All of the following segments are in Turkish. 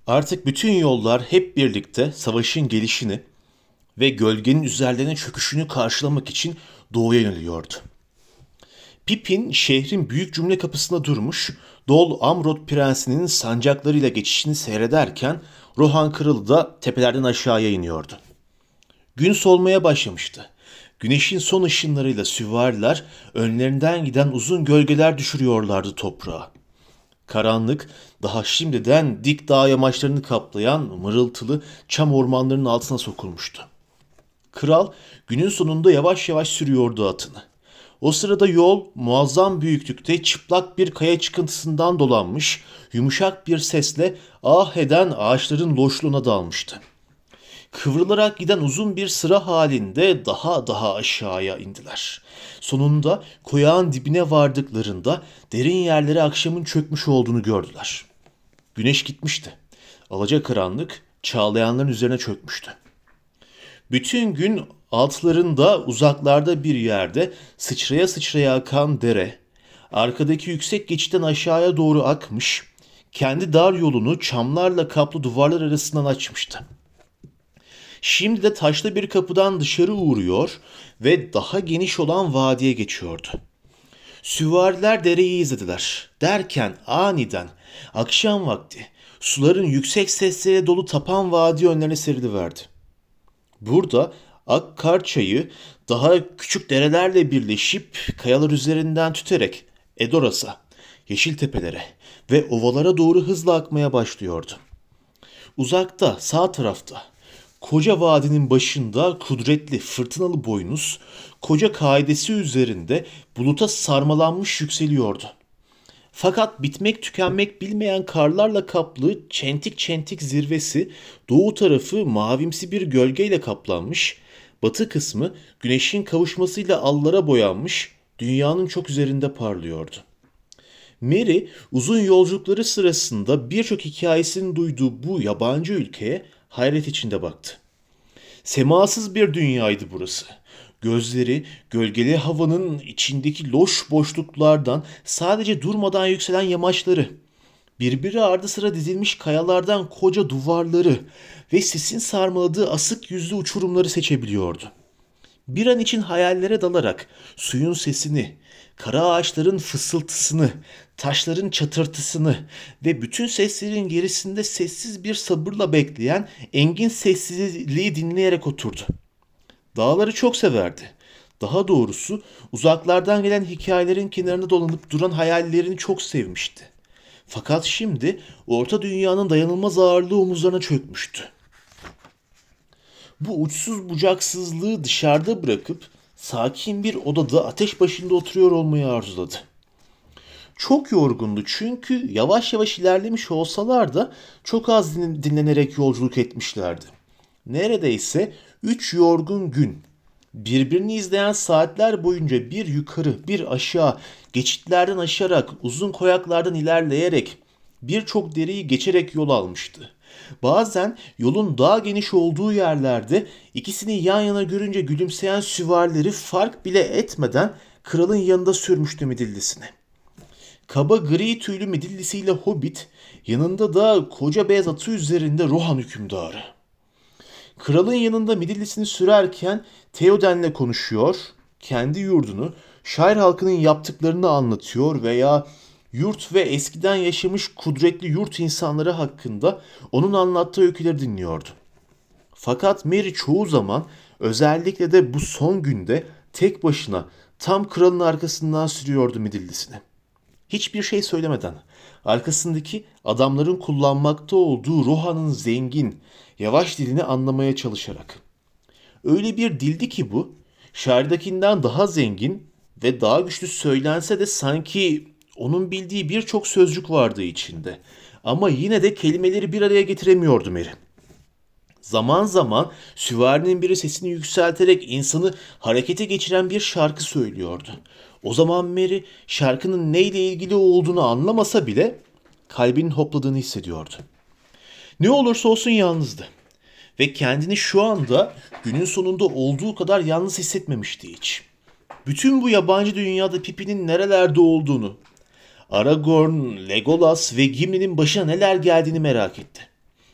Artık bütün yollar hep birlikte savaşın gelişini ve gölgenin üzerlerine çöküşünü karşılamak için doğuya yöneliyordu. Pippin şehrin büyük cümle kapısında durmuş, Dol Amrod prensinin sancaklarıyla geçişini seyrederken Rohan kralı da tepelerden aşağıya iniyordu. Gün solmaya başlamıştı. Güneşin son ışınlarıyla süvariler önlerinden giden uzun gölgeler düşürüyorlardı toprağa. Karanlık daha şimdiden dik dağ yamaçlarını kaplayan mırıltılı çam ormanlarının altına sokulmuştu. Kral günün sonunda yavaş yavaş sürüyordu atını. O sırada yol muazzam büyüklükte çıplak bir kaya çıkıntısından dolanmış, yumuşak bir sesle ah eden ağaçların loşluğuna dalmıştı. Kıvrılarak giden uzun bir sıra halinde daha aşağıya indiler. Sonunda koyağın dibine vardıklarında derin yerlere akşamın çökmüş olduğunu gördüler. Güneş gitmişti. Alacakaranlık çağlayanların üzerine çökmüştü. Bütün gün altlarında uzaklarda bir yerde sıçraya sıçraya akan dere, arkadaki yüksek geçitten aşağıya doğru akmış, kendi dar yolunu çamlarla kaplı duvarlar arasından açmıştı. Şimdi de taşlı bir kapıdan dışarı uğruyor ve daha geniş olan vadiye geçiyordu. Süvariler dereyi izlediler. Derken aniden akşam vakti suların yüksek sesleriyle dolu tapan vadi önlerine seriliverdi. Burada Akkar çayı daha küçük derelerle birleşip kayalar üzerinden tüterek Edoras'a, yeşil tepelere ve ovalara doğru hızla akmaya başlıyordu. Uzakta sağ tarafta koca vadinin başında kudretli fırtınalı boynuz koca kaidesi üzerinde buluta sarmalanmış yükseliyordu. Fakat bitmek tükenmek bilmeyen karlarla kaplı çentik çentik zirvesi doğu tarafı mavimsi bir gölgeyle kaplanmış, batı kısmı güneşin kavuşmasıyla allara boyanmış, dünyanın çok üzerinde parlıyordu. Mary uzun yolculukları sırasında birçok hikayesini duyduğu bu yabancı ülkeye hayret içinde baktı. Semasız bir dünyaydı burası. Gözleri gölgeli havanın içindeki loş boşluklardan sadece durmadan yükselen yamaçları, birbiri ardı sıra dizilmiş kayalardan koca duvarları ve sisin sarmaladığı asık yüzlü uçurumları seçebiliyordu. Bir an için hayallere dalarak suyun sesini, kara ağaçların fısıltısını, taşların çatırtısını ve bütün seslerin gerisinde sessiz bir sabırla bekleyen engin sessizliği dinleyerek oturdu. Dağları çok severdi. Daha doğrusu uzaklardan gelen hikayelerin kenarında dolanıp duran hayallerini çok sevmişti. Fakat şimdi orta dünyanın dayanılmaz ağırlığı omuzlarına çökmüştü. Bu uçsuz bucaksızlığı dışarıda bırakıp sakin bir odada ateş başında oturuyor olmayı arzuladı. Çok yorgundu çünkü yavaş yavaş ilerlemiş olsalar da çok az dinlenerek yolculuk etmişlerdi. Neredeyse 3 yorgun gün, birbirini izleyen saatler boyunca bir yukarı bir aşağı geçitlerden aşarak uzun koyaklardan ilerleyerek birçok dereyi geçerek yol almıştı. Bazen yolun daha geniş olduğu yerlerde ikisini yan yana görünce gülümseyen süvarileri fark bile etmeden kralın yanında sürmüştü midillisini. Kaba gri tüylü midillisiyle Hobbit, yanında da koca beyaz atı üzerinde Rohan hükümdarı. Kralın yanında midillisini sürerken Theoden'le konuşuyor, kendi yurdunu, şair halkının yaptıklarını anlatıyor veya yurt ve eskiden yaşamış kudretli yurt insanları hakkında onun anlattığı öyküleri dinliyordu. Fakat Merry çoğu zaman, özellikle de bu son günde tek başına tam kralın arkasından sürüyordu midillisini. Hiçbir şey söylemeden, arkasındaki adamların kullanmakta olduğu Rohan'ın zengin, yavaş dilini anlamaya çalışarak. Öyle bir dildi ki bu, şairdakinden daha zengin ve daha güçlü söylense de sanki onun bildiği birçok sözcük vardı içinde. Ama yine de kelimeleri bir araya getiremiyordu Mary. Zaman zaman süvarinin biri sesini yükselterek insanı harekete geçiren bir şarkı söylüyordu. O zaman Mary şarkının neyle ilgili olduğunu anlamasa bile kalbinin hopladığını hissediyordu. Ne olursa olsun yalnızdı ve kendini şu anda günün sonunda olduğu kadar yalnız hissetmemişti hiç. Bütün bu yabancı dünyada Pippin'in nerelerde olduğunu, Aragorn, Legolas ve Gimli'nin başına neler geldiğini merak etti.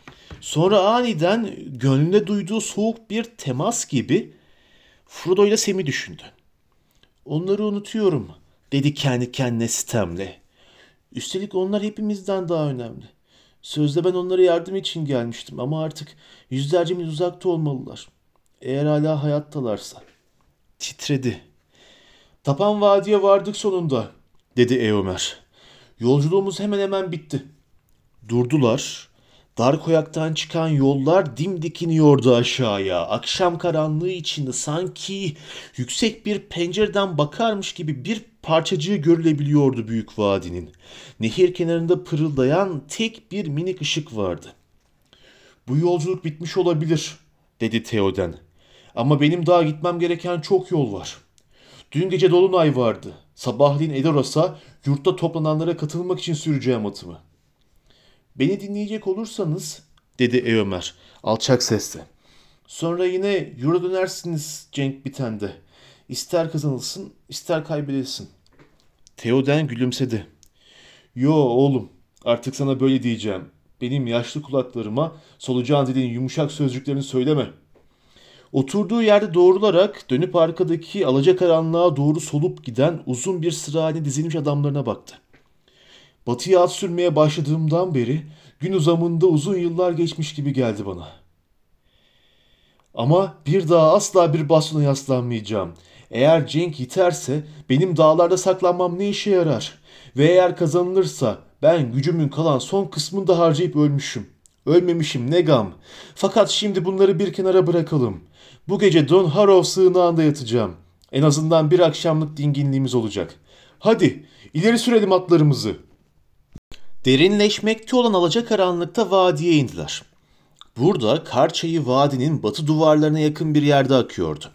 Sonra aniden gönlünde duyduğu soğuk bir temas gibi Frodo ile Sam'i düşündü. Onları unutuyorum dedi kendi kendine sitemle. Üstelik onlar hepimizden daha önemli. Sözde ben onlara yardım için gelmiştim ama artık yüzlerce mil uzakta olmalılar. Eğer hala hayattalarsa. Titredi. Tapan Vadi'ye vardık sonunda dedi Eomer. Yolculuğumuz hemen hemen bitti. Durdular. Dar koyaktan çıkan yollar dimdik iniyordu aşağıya. Akşam karanlığı içinde sanki yüksek bir pencereden bakarmış gibi bir parçacığı görülebiliyordu büyük vadinin. Nehir kenarında pırıldayan tek bir minik ışık vardı. Bu yolculuk bitmiş olabilir dedi Theoden. Ama benim daha gitmem gereken çok yol var. Dün gece dolunay vardı. Sabahleyin Edoras'a yurtta toplananlara katılmak için süreceğim atımı. Beni dinleyecek olursanız dedi Eomer alçak sesle. Sonra yine yurda dönersiniz cenk bitende. İster kazanılsın ister kaybedilsin. Theoden gülümsedi. Yo oğlum artık sana böyle diyeceğim. Benim yaşlı kulaklarıma solucan dilin yumuşak sözcüklerini söyleme. Oturduğu yerde doğrularak dönüp arkadaki alacakaranlığa doğru solup giden uzun bir sıra haline dizilmiş adamlarına baktı. Batıya at sürmeye başladığımdan beri gün uzamında uzun yıllar geçmiş gibi geldi bana. Ama bir daha asla bir bastona yaslanmayacağım. Eğer Cenk yiterse benim dağlarda saklanmam ne işe yarar? Ve eğer kazanılırsa ben gücümün kalan son kısmını da harcayıp ölmüşüm. Ölmemişim ne gam. Fakat şimdi bunları bir kenara bırakalım. Bu gece Don Harrow sığınağında yatacağım. En azından bir akşamlık dinginliğimiz olacak. Hadi ileri sürelim atlarımızı. Derinleşmekte olan alacakaranlıkta vadiye indiler. Burada kar çayı vadinin batı duvarlarına yakın bir yerde akıyordu.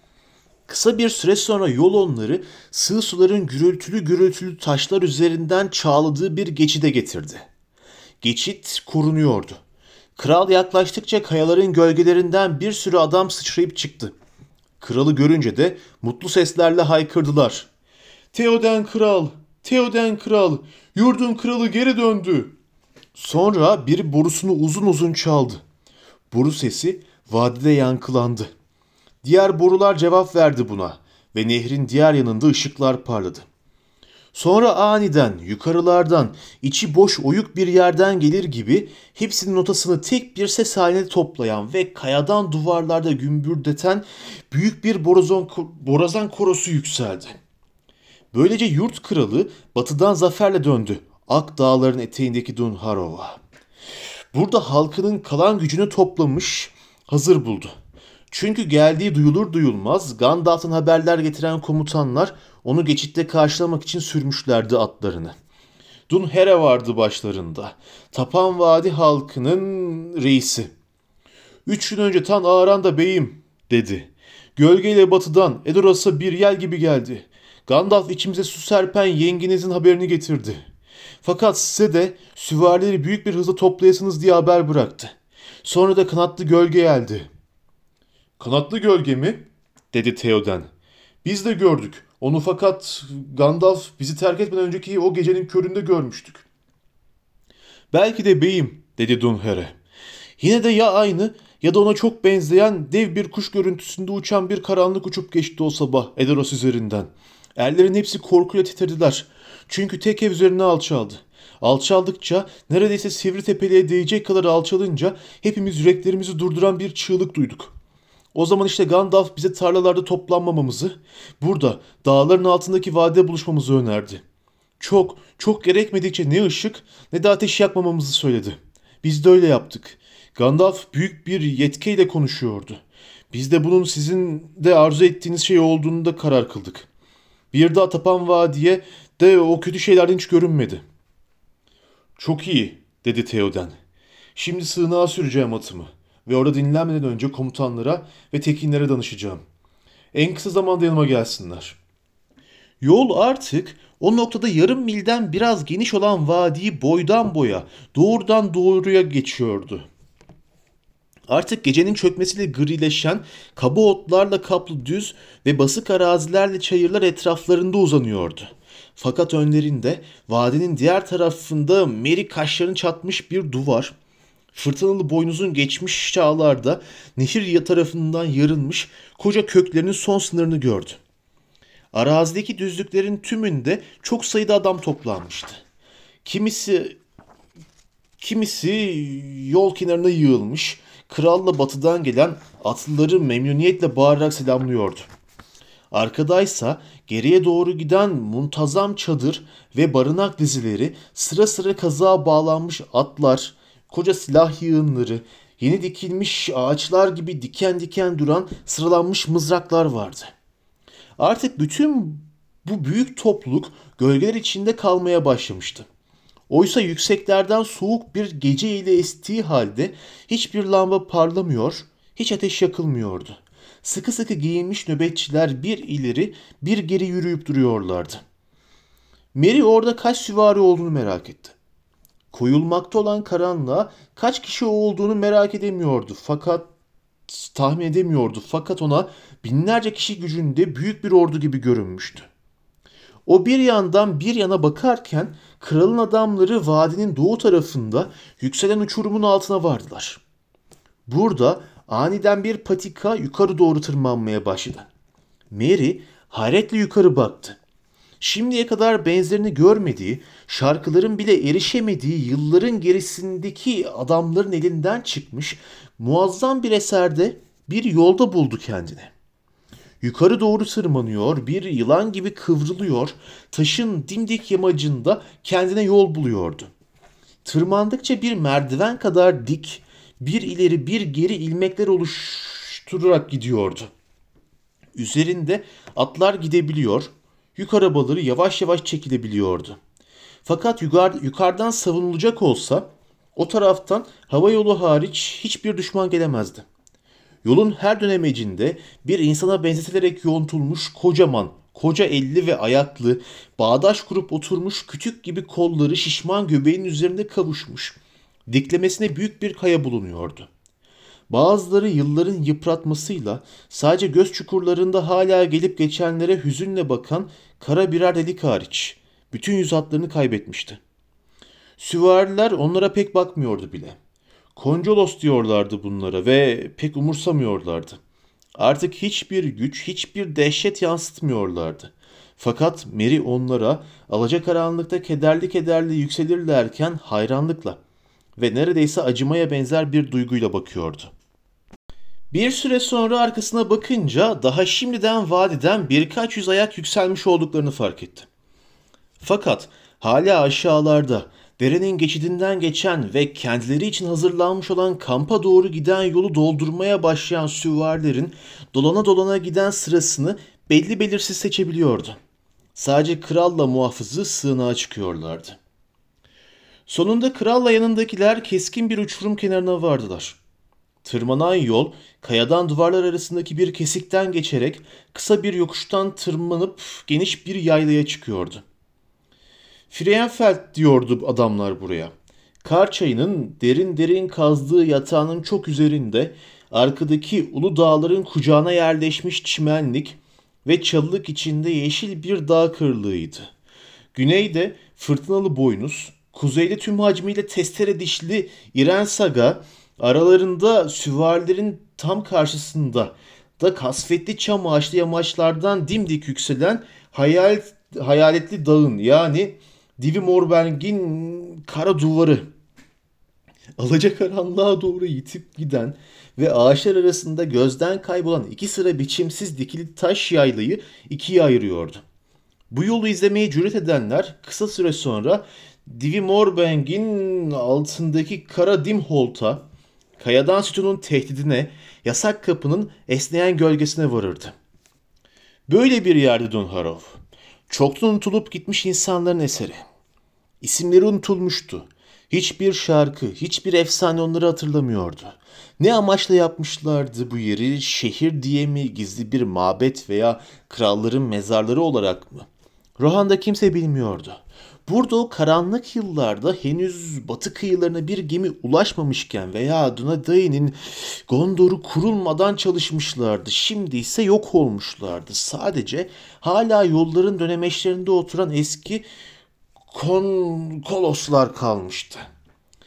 Kısa bir süre sonra yol onları sığ suların gürültülü gürültülü taşlar üzerinden çağladığı bir geçide getirdi. Geçit korunuyordu. Kral yaklaştıkça kayaların gölgelerinden bir sürü adam sıçrayıp çıktı. Kralı görünce de mutlu seslerle haykırdılar. Theoden kral, Theoden kral, yurdun kralı geri döndü. Sonra biri borusunu uzun uzun çaldı. Boru sesi vadide yankılandı. Diğer borular cevap verdi buna ve nehrin diğer yanında ışıklar parladı. Sonra aniden yukarılardan içi boş oyuk bir yerden gelir gibi hepsinin notasını tek bir ses haline toplayan ve kayadan duvarlarda gümbürdeten büyük bir borazan korosu yükseldi. Böylece yurt kralı batıdan zaferle döndü Ak Dağların eteğindeki Dunharrow'a. Burada halkının kalan gücünü toplamış, hazır buldu. Çünkü geldiği duyulur duyulmaz Gandalf'tan haberler getiren komutanlar onu geçitte karşılamak için sürmüşlerdi atlarını. Dunhere vardı başlarında. Tapan Vadi halkının reisi. 3 gün önce Tan Ağaran beyim dedi. Gölgeyle batıdan Edoras'a bir yel gibi geldi. Gandalf içimize su serpen yengenizin haberini getirdi. Fakat size de süvarileri büyük bir hızla toplayasınız diye haber bıraktı. Sonra da kanatlı gölge geldi. Kanatlı gölge mi? Dedi Theoden. Biz de gördük onu fakat Gandalf bizi terk etmeden önceki o gecenin köründe görmüştük. Belki de beyim dedi Dunhere. Yine de ya aynı ya da ona çok benzeyen dev bir kuş görüntüsünde uçan bir karanlık uçup geçti o sabah Edoras üzerinden. Erlerin hepsi korkuyla titrediler. Çünkü tek ev üzerine alçaldı. Alçaldıkça neredeyse sivri tepeliğe değecek kadar alçalınca hepimiz yüreklerimizi durduran bir çığlık duyduk. O zaman işte Gandalf bize tarlalarda toplanmamamızı, burada dağların altındaki vadide buluşmamızı önerdi. Çok, çok gerekmedikçe ne ışık ne de ateş yakmamamızı söyledi. Biz de öyle yaptık. Gandalf büyük bir yetkiyle konuşuyordu. Biz de bunun sizin de arzu ettiğiniz şey olduğunu da karar kıldık. Bir daha Tapan Vadi'ye de o kötü şeylerden hiç görünmedi. Çok iyi dedi Theoden. Şimdi sığınağa süreceğim atımı ve orada dinlenmeden önce komutanlara ve tekinlere danışacağım. En kısa zamanda yanıma gelsinler. Yol artık o noktada yarım milden biraz geniş olan vadiyi boydan boya, doğrudan doğruya geçiyordu. Artık gecenin çökmesiyle grileşen, kaba otlarla kaplı düz ve basık arazilerle çayırlar etraflarında uzanıyordu. Fakat önlerinde, vadinin diğer tarafında meri kaşlarını çatmış bir duvar, Fırtınalı boynuzun geçmiş çağlarda nehir tarafından yarılmış koca köklerinin son sınırını gördü. Arazideki düzlüklerin tümünde çok sayıda adam toplanmıştı. Kimisi kimisi yol kenarına yığılmış, kralla batıdan gelen atlıları memnuniyetle bağırarak selamlıyordu. Arkadaysa geriye doğru giden muntazam çadır ve barınak dizileri, sıra sıra kazığa bağlanmış atlar, koca silah yığınları, yeni dikilmiş ağaçlar gibi diken diken duran sıralanmış mızraklar vardı. Artık bütün bu büyük topluluk gölgeler içinde kalmaya başlamıştı. Oysa yükseklerden soğuk bir gece ile estiği halde hiçbir lamba parlamıyor, hiç ateş yakılmıyordu. Sıkı sıkı giyinmiş nöbetçiler bir ileri bir geri yürüyüp duruyorlardı. Mary orada kaç süvari olduğunu merak etti. Koyulmakta olan karanlığa kaç kişi olduğunu merak edemiyordu fakat tahmin edemiyordu fakat ona binlerce kişi gücünde büyük bir ordu gibi görünmüştü. O bir yandan bir yana bakarken kralın adamları vadinin doğu tarafında yükselen uçurumun altına vardılar. Burada aniden bir patika yukarı doğru tırmanmaya başladı. Mary hayretle yukarı baktı. Şimdiye kadar benzerini görmediği, şarkıların bile erişemediği yılların gerisindeki adamların elinden çıkmış muazzam bir eserde bir yolda buldu kendini. Yukarı doğru tırmanıyor, bir yılan gibi kıvrılıyor, taşın dimdik yamacında kendine yol buluyordu. Tırmandıkça bir merdiven kadar dik, bir ileri bir geri ilmekler oluşturarak gidiyordu. Üzerinde atlar gidebiliyor, yük arabaları yavaş yavaş çekilebiliyordu. Fakat yukarıdan savunulacak olsa o taraftan hava yolu hariç hiçbir düşman gelemezdi. Yolun her dönemecinde bir insana benzetilerek yontulmuş kocaman, koca elli ve ayaklı, bağdaş kurup oturmuş kütük gibi kolları şişman göbeğin üzerinde kavuşmuş, diklemesine büyük bir kaya bulunuyordu. Bazıları yılların yıpratmasıyla sadece göz çukurlarında hala gelip geçenlere hüzünle bakan kara birer delik hariç bütün yüz hatlarını kaybetmişti. Süvariler onlara pek bakmıyordu bile. Koncolos diyorlardı bunlara ve pek umursamıyorlardı. Artık hiçbir güç, hiçbir dehşet yansıtmıyorlardı. Fakat Mary onlara alacakaranlıkta kederli kederli yükselirlerken hayranlıkla ve neredeyse acımaya benzer bir duyguyla bakıyordu. Bir süre sonra arkasına bakınca daha şimdiden vadiden birkaç yüz ayak yükselmiş olduklarını fark etti. Fakat hala aşağılarda derenin geçidinden geçen ve kendileri için hazırlanmış olan kampa doğru giden yolu doldurmaya başlayan süvarilerin dolana dolana giden sırasını belli belirsiz seçebiliyordu. Sadece kralla muhafızı sığınağa çıkıyorlardı. Sonunda kralla yanındakiler keskin bir uçurum kenarına vardılar. Tırmanan yol kayadan duvarlar arasındaki bir kesikten geçerek kısa bir yokuştan tırmanıp geniş bir yaylaya çıkıyordu. Frauenfeld diyordu adamlar buraya. Kar çayının derin derin kazdığı yatağının çok üzerinde arkadaki ulu dağların kucağına yerleşmiş çimenlik ve çalılık içinde yeşil bir dağ kırlığıydı. Güneyde fırtınalı boynuz, kuzeyde tüm hacmiyle testere dişli İren Saga, aralarında süvarilerin tam karşısında da kasvetli çam ağaçlı yamaçlardan dimdik yükselen hayaletli dağın yani Divi Morberg'in kara duvarı. Alacakaranlığa doğru yitip giden ve ağaçlar arasında gözden kaybolan iki sıra biçimsiz dikili taş yaylayı ikiye ayırıyordu. Bu yolu izlemeye cüret edenler kısa süre sonra Divi Morberg'in altındaki kara Dimholt'a, kayadan sütunun tehdidine, yasak kapının esneyen gölgesine varırdı. Böyle bir yerdi Don Harrow. Çoktan unutulup gitmiş insanların eseri. İsimleri unutulmuştu. Hiçbir şarkı, hiçbir efsane onları hatırlamıyordu. Ne amaçla yapmışlardı bu yeri, şehir diye mi, gizli bir mabet veya kralların mezarları olarak mı? Rohan'da kimse bilmiyordu. Burada o karanlık yıllarda henüz batı kıyılarına bir gemi ulaşmamışken veya Dunedin'in Gondor'u kurulmadan çalışmışlardı. Şimdi ise yok olmuşlardı. Sadece hala yolların dönemeçlerinde oturan eski koloslar kalmıştı.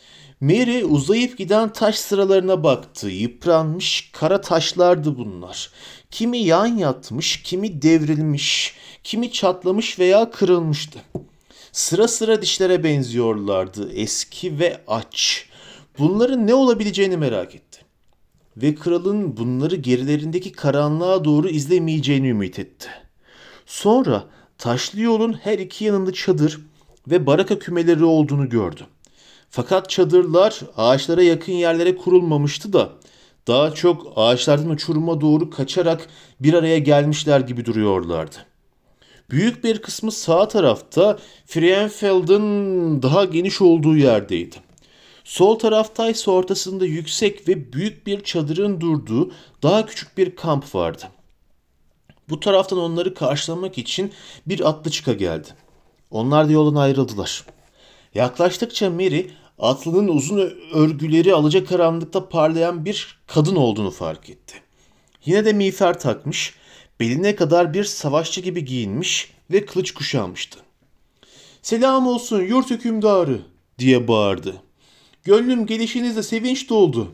Mary uzayıp giden taş sıralarına baktı. Yıpranmış kara taşlardı bunlar. Kimi yan yatmış, kimi devrilmiş, kimi çatlamış veya kırılmıştı. Sıra sıra dişlere benziyorlardı, eski ve aç. Bunların ne olabileceğini merak etti. Ve kralın bunları gerilerindeki karanlığa doğru izlemeyeceğini ümit etti. Sonra taşlı yolun her iki yanında çadır ve baraka kümeleri olduğunu gördü. Fakat çadırlar ağaçlara yakın yerlere kurulmamıştı da daha çok ağaçlardan uçuruma doğru kaçarak bir araya gelmişler gibi duruyorlardı. Büyük bir kısmı sağ tarafta Frienfeld'ın daha geniş olduğu yerdeydi. Sol taraftaysa ortasında yüksek ve büyük bir çadırın durduğu daha küçük bir kamp vardı. Bu taraftan onları karşılamak için bir atlı çıka geldi. Onlar da yoldan ayrıldılar. Yaklaştıkça Mary atlının uzun örgüleri alacakaranlıkta parlayan bir kadın olduğunu fark etti. Yine de miğfer takmış, beline kadar bir savaşçı gibi giyinmiş ve kılıç kuşanmıştı. "Selam olsun yurt hükümdarı!" diye bağırdı. "Gönlüm gelişinizle sevinç doldu."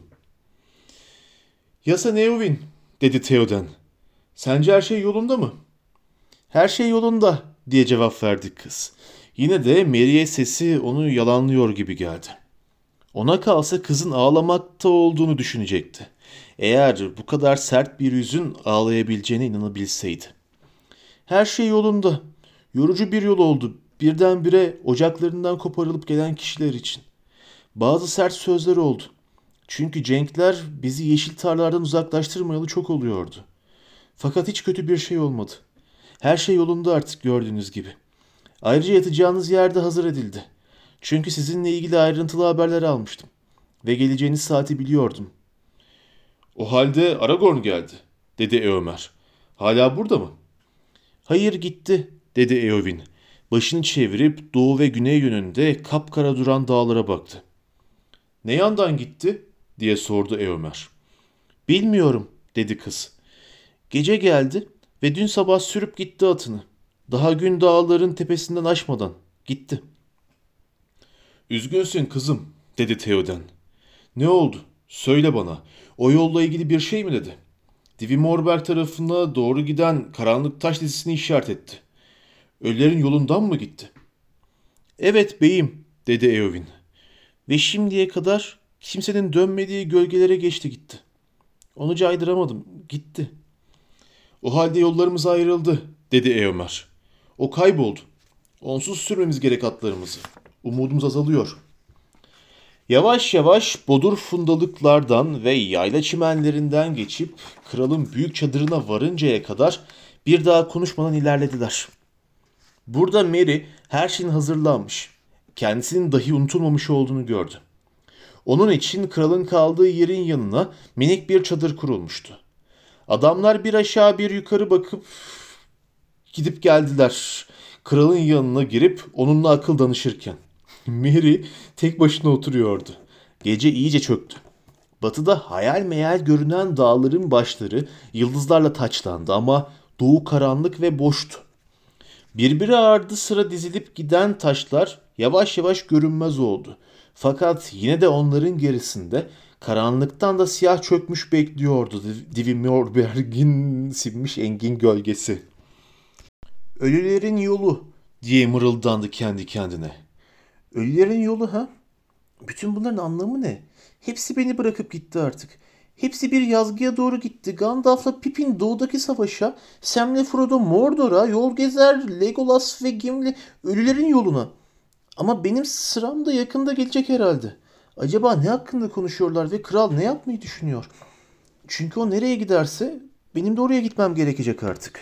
"Yasa Neuvin," dedi Theoden. "Sence her şey yolunda mı?" "Her şey yolunda," diye cevap verdi kız. Yine de Mary'e sesi onu yalanlıyor gibi geldi. Ona kalsa kızın ağlamakta olduğunu düşünecekti. Eğer bu kadar sert bir yüzün ağlayabileceğine inanabilseydi. "Her şey yolunda. Yorucu bir yol oldu. Birdenbire ocaklarından koparılıp gelen kişiler için. Bazı sert sözler oldu. Çünkü cenkler bizi yeşil tarlalardan uzaklaştırmayalı çok oluyordu. Fakat hiç kötü bir şey olmadı. Her şey yolunda artık gördüğünüz gibi. Ayrıca yatacağınız yer de hazır edildi. Çünkü sizinle ilgili ayrıntılı haberler almıştım. Ve geleceğiniz saati biliyordum." "O halde Aragorn geldi," dedi Eomer. "Hala burada mı?" "Hayır, gitti," dedi Eowyn. Başını çevirip doğu ve güney yönünde kapkara duran dağlara baktı. "Ne yandan gitti?" diye sordu Eomer. "Bilmiyorum," dedi kız. "Gece geldi ve dün sabah sürüp gitti atını. Daha gün dağların tepesinden aşmadan gitti." "Üzgünsün kızım," dedi Theoden. "Ne oldu? Söyle bana. O yolla ilgili bir şey mi dedi? Divi Morberg tarafına doğru giden karanlık taş dizisini işaret etti. Ölülerin yolundan mı gitti?" "Evet beyim," dedi Eowyn. "Ve şimdiye kadar kimsenin dönmediği gölgelere geçti gitti. Onu caydıramadım. Gitti." "O halde yollarımız ayrıldı," dedi Eomer. "O kayboldu. Onsuz sürmemiz gerek atlarımızı. Umudumuz azalıyor." Yavaş yavaş bodur fundalıklardan ve yayla çimenlerinden geçip kralın büyük çadırına varıncaya kadar bir daha konuşmadan ilerlediler. Burada Merry her şeyin hazırlanmış, kendisinin dahi unutulmamış olduğunu gördü. Onun için kralın kaldığı yerin yanına minik bir çadır kurulmuştu. Adamlar bir aşağı bir yukarı bakıp gidip geldiler. Kralın yanına girip onunla akıl danışırken. Merry tek başına oturuyordu. Gece iyice çöktü. Batıda hayal meyal görünen dağların başları yıldızlarla taçlandı ama doğu karanlık ve boştu. Birbiri ardı sıra dizilip giden taşlar yavaş yavaş görünmez oldu. Fakat yine de onların gerisinde karanlıktan da siyah çökmüş bekliyordu Divimorberg'in sinmiş engin gölgesi. "Ölülerin yolu," diye mırıldandı kendi kendine. "Ölülerin yolu ha? Bütün bunların anlamı ne? Hepsi beni bırakıp gitti artık. Hepsi bir yazgıya doğru gitti. Gandalf'la Pippin doğudaki savaşa, Sam'le Frodo Mordor'a, yol gezer Legolas ve Gimli ölülerin yoluna. Ama benim sıram da yakında gelecek herhalde. Acaba ne hakkında konuşuyorlar ve kral ne yapmayı düşünüyor? Çünkü o nereye giderse benim de oraya gitmem gerekecek artık."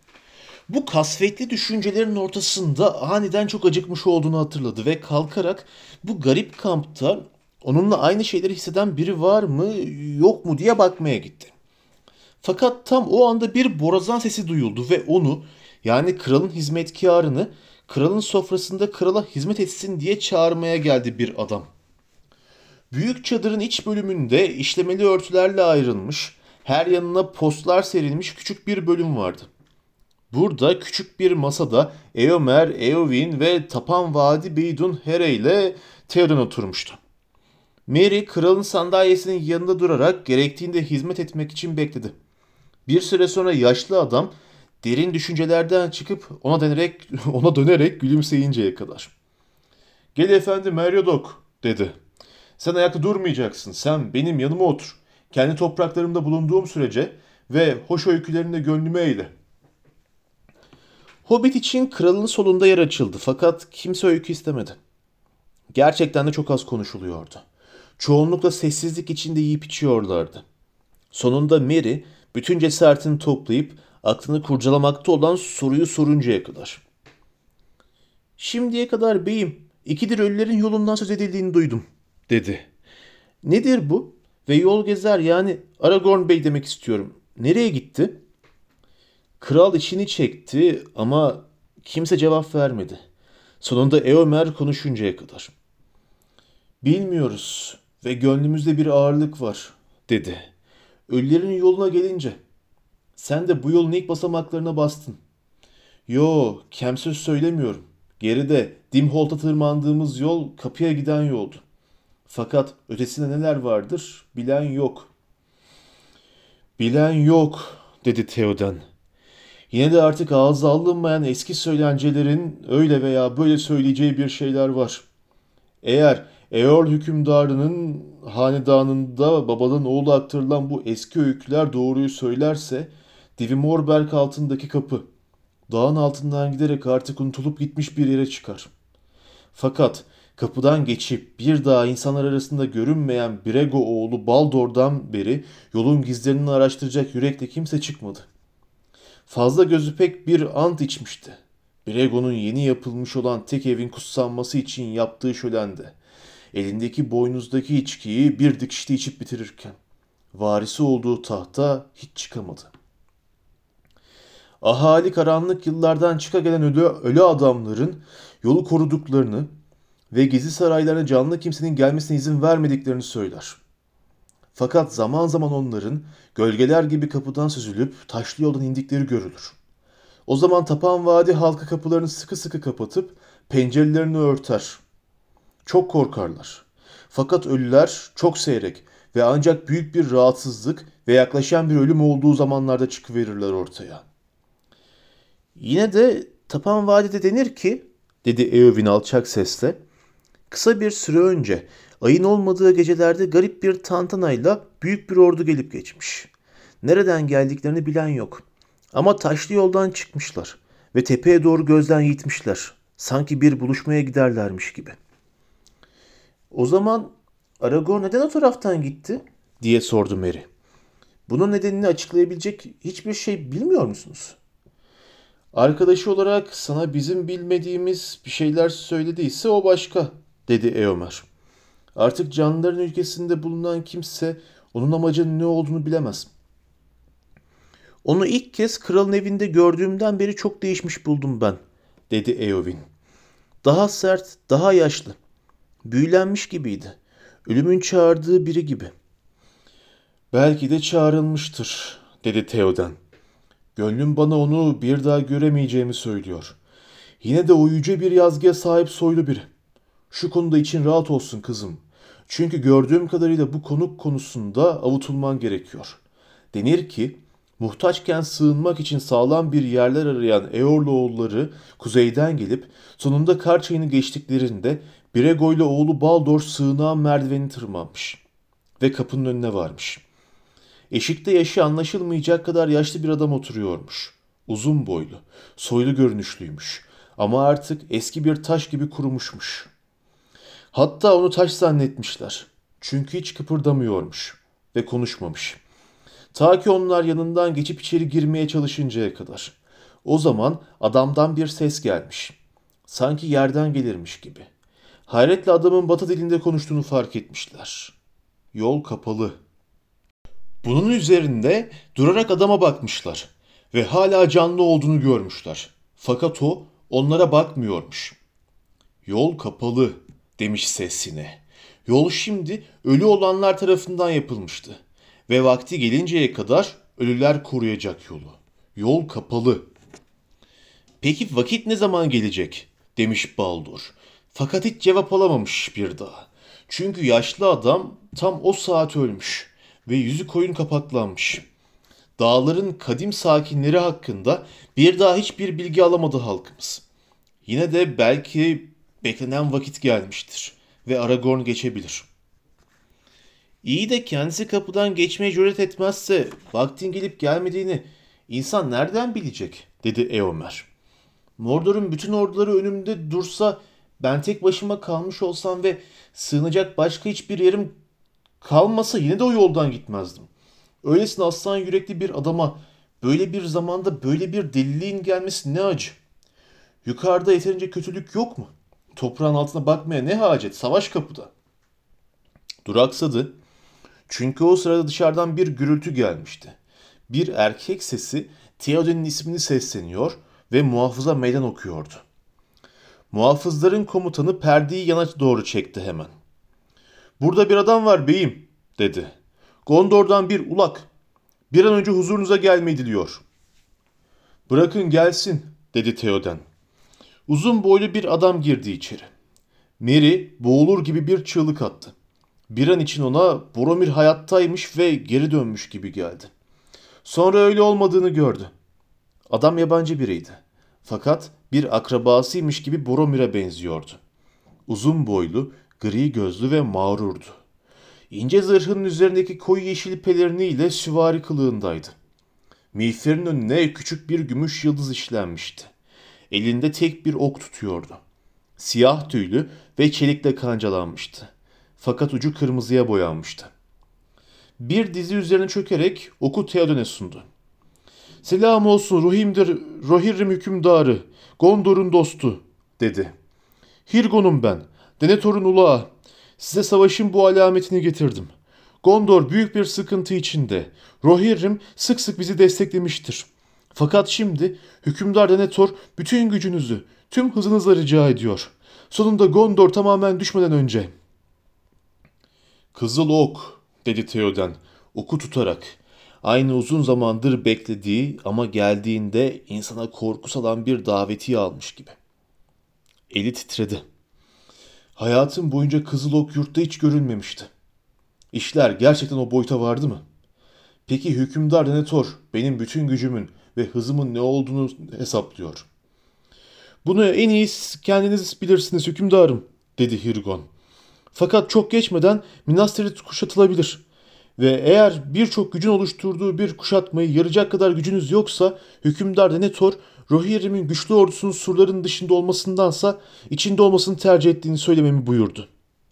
Bu kasvetli düşüncelerin ortasında aniden çok acıkmış olduğunu hatırladı ve kalkarak bu garip kampta onunla aynı şeyleri hisseden biri var mı yok mu diye bakmaya gitti. Fakat tam o anda bir borazan sesi duyuldu ve onu, yani kralın hizmetkarını, kralın sofrasında krala hizmet etsin diye çağırmaya geldi bir adam. Büyük çadırın iç bölümünde işlemeli örtülerle ayrılmış, her yanına postlar serilmiş küçük bir bölüm vardı. Burada küçük bir masada Eomer, Eowyn ve Tapan Vadi Beydun Here ile Theoden oturmuştu. Mary kralın sandalyesinin yanında durarak gerektiğinde hizmet etmek için bekledi. Bir süre sonra yaşlı adam derin düşüncelerden çıkıp ona dönerek gülümseyinceye kadar. "Gel efendim Meryodok," dedi. "Sen ayakta durmayacaksın. Sen benim yanıma otur. Kendi topraklarımda bulunduğum sürece ve hoş öykülerinde gönlümü eyle." Hobbit için kralın solunda yer açıldı fakat kimse öykü istemedi. Gerçekten de çok az konuşuluyordu. Çoğunlukla sessizlik içinde yiyip içiyorlardı. Sonunda Merry bütün cesaretini toplayıp aklını kurcalamakta olan soruyu soruncaya kadar. "Şimdiye kadar beyim, ikidir ölülerin yolundan söz edildiğini duydum," dedi. "Nedir bu? Ve yol gezer, yani Aragorn Bey demek istiyorum. Nereye gitti?" Kral içini çekti ama kimse cevap vermedi. Sonunda Eomer konuşuncaya kadar. "Bilmiyoruz ve gönlümüzde bir ağırlık var," dedi. "Ölülerin yoluna gelince sen de bu yolun ilk basamaklarına bastın. Yo, kemsöz söylemiyorum. Geride Dimholt'a tırmandığımız yol kapıya giden yoldu. Fakat ötesinde neler vardır bilen yok." "Bilen yok," dedi Theoden. "Yine de artık ağza alınmayan eski söylencelerin öyle veya böyle söyleyeceği bir şeyler var. Eğer Eorl hükümdarının hanedanında babadan oğula aktarılan bu eski öyküler doğruyu söylerse, Divi Morberg altındaki kapı dağın altından giderek artık unutulup gitmiş bir yere çıkar. Fakat kapıdan geçip bir daha insanlar arasında görünmeyen Brego oğlu Baldor'dan beri yolun gizlerini araştıracak yürekle kimse çıkmadı. Fazla gözü pek bir ant içmişti. Brego'nun yeni yapılmış olan tek evin kutsanması için yaptığı şölende. Elindeki boynuzdaki içkiyi bir dikişte içip bitirirken. Varisi olduğu tahta hiç çıkamadı. Ahali karanlık yıllardan çıka gelen ölü adamların yolu koruduklarını ve gizli saraylarına canlı kimsenin gelmesine izin vermediklerini söyler. Fakat zaman zaman onların gölgeler gibi kapıdan süzülüp taşlı yoldan indikleri görülür. O zaman Tapan Vadi halkı kapılarını sıkı sıkı kapatıp pencerelerini örter. Çok korkarlar. Fakat ölüler çok seyrek ve ancak büyük bir rahatsızlık ve yaklaşan bir ölüm olduğu zamanlarda çıkıverirler ortaya. "Yine de Tapan Vadi'de denir ki," dedi Eowyn alçak sesle, "kısa bir süre önce ayın olmadığı gecelerde garip bir tantanayla büyük bir ordu gelip geçmiş. Nereden geldiklerini bilen yok. Ama taşlı yoldan çıkmışlar ve tepeye doğru gözden yiğitmişler. Sanki bir buluşmaya giderlermiş gibi." "O zaman Aragorn neden o taraftan gitti?" diye sordu Merry. "Bunun nedenini açıklayabilecek hiçbir şey bilmiyor musunuz?" "Arkadaşı olarak sana bizim bilmediğimiz bir şeyler söylediyse o başka," dedi Eomer. "Artık canlıların ülkesinde bulunan kimse onun amacının ne olduğunu bilemez." "Onu ilk kez kralın evinde gördüğümden beri çok değişmiş buldum ben," dedi Eowyn. "Daha sert, daha yaşlı. Büyülenmiş gibiydi. Ölümün çağırdığı biri gibi." "Belki de çağrılmıştır," dedi Theoden. "Gönlüm bana onu bir daha göremeyeceğimi söylüyor. Yine de o yüce bir yazgıya sahip soylu biri. Şu konuda için rahat olsun kızım. Çünkü gördüğüm kadarıyla bu konuk konusunda avutulman gerekiyor. Denir ki, muhtaçken sığınmak için sağlam bir yerler arayan Eorloğulları kuzeyden gelip sonunda kar çayını geçtiklerinde Brego ile oğlu Baldor sığınağın merdivenini tırmanmış ve kapının önüne varmış. Eşikte yaşı anlaşılmayacak kadar yaşlı bir adam oturuyormuş. Uzun boylu, soylu görünüşlüymüş ama artık eski bir taş gibi kurumuşmuş. Hatta onu taş zannetmişler. Çünkü hiç kıpırdamıyormuş ve konuşmamış. Ta ki onlar yanından geçip içeri girmeye çalışıncaya kadar. O zaman adamdan bir ses gelmiş. Sanki yerden gelirmiş gibi. Hayretle adamın Batı dilinde konuştuğunu fark etmişler. Yol kapalı. Bunun üzerinde durarak adama bakmışlar ve hala canlı olduğunu görmüşler. Fakat o onlara bakmıyormuş. "Yol kapalı," demiş sesine. Yol şimdi ölü olanlar tarafından yapılmıştı ve vakti gelinceye kadar ölüler koruyacak yolu. Yol kapalı. "Peki vakit ne zaman gelecek?" demiş Baldur. Fakat hiç cevap alamamış bir daha. Çünkü yaşlı adam tam o saat ölmüş ve yüzü koyun kapaklanmış. Dağların kadim sakinleri hakkında bir daha hiçbir bilgi alamadı halkımız. Yine de belki beklenen vakit gelmiştir ve Aragorn geçebilir. İyi de kendisi kapıdan geçmeye cüret etmezse vaktin gelip gelmediğini insan nereden bilecek, dedi Eomer. Mordor'un bütün orduları önümde dursa, ben tek başıma kalmış olsam ve sığınacak başka hiçbir yerim kalmasa yine de o yoldan gitmezdim. Öylesine aslan yürekli bir adama böyle bir zamanda böyle bir deliliğin gelmesi ne acı. Yukarıda yeterince kötülük yok mu? Toprağın altına bakmaya ne hacet? Savaş kapıda. Duraksadı. Çünkü o sırada dışarıdan bir gürültü gelmişti. Bir erkek sesi Theoden'in ismini sesleniyor ve muhafıza meydan okuyordu. Muhafızların komutanı perdeyi yana doğru çekti hemen. "Burada bir adam var beyim," dedi. "Gondor'dan bir ulak. Bir an önce huzurunuza gelmeyi diliyor." "Bırakın gelsin," dedi Theoden. Uzun boylu bir adam girdi içeri. Merry boğulur gibi bir çığlık attı. Bir an için ona Boromir hayattaymış ve geri dönmüş gibi geldi. Sonra öyle olmadığını gördü. Adam yabancı biriydi. Fakat bir akrabasıymış gibi Boromir'e benziyordu. Uzun boylu, gri gözlü ve mağrurdu. İnce zırhının üzerindeki koyu yeşil peleriniyle süvari kılığındaydı. Miğferin önüne küçük bir gümüş yıldız işlenmişti. Elinde tek bir ok tutuyordu. Siyah tüylü ve çelikle kancalanmıştı. Fakat ucu kırmızıya boyanmıştı. Bir dizi üzerine çökerek oku Theoden'e sundu. "Selam olsun Rohirrim hükümdarı, Gondor'un dostu," dedi. "Hirgon'um ben, Denethor'un ulağı. Size savaşın bu alametini getirdim. Gondor büyük bir sıkıntı içinde. Rohirrim sık sık bizi desteklemiştir. Fakat şimdi hükümdar Denethor bütün gücünüzü, tüm hızınızla rica ediyor. Sonunda Gondor tamamen düşmeden önce." "Kızıl ok," dedi Theoden, oku tutarak. Aynı uzun zamandır beklediği ama geldiğinde insana korku salan bir davetiye almış gibi. Eli titredi. Hayatım boyunca kızıl ok yurtta hiç görülmemişti. İşler gerçekten o boyuta vardı mı? Peki hükümdar Denethor benim bütün gücümün ve hızımın ne olduğunu hesaplıyor. "Bunu en iyi kendiniz bilirsiniz hükümdarım," dedi Hirgon. "Fakat çok geçmeden Minas Tirith kuşatılabilir. Ve eğer birçok gücün oluşturduğu bir kuşatmayı yarayacak kadar gücünüz yoksa hükümdar Denethor, Rohirrim'in güçlü ordusunun surların dışında olmasındansa içinde olmasını tercih ettiğini söylememi buyurdu."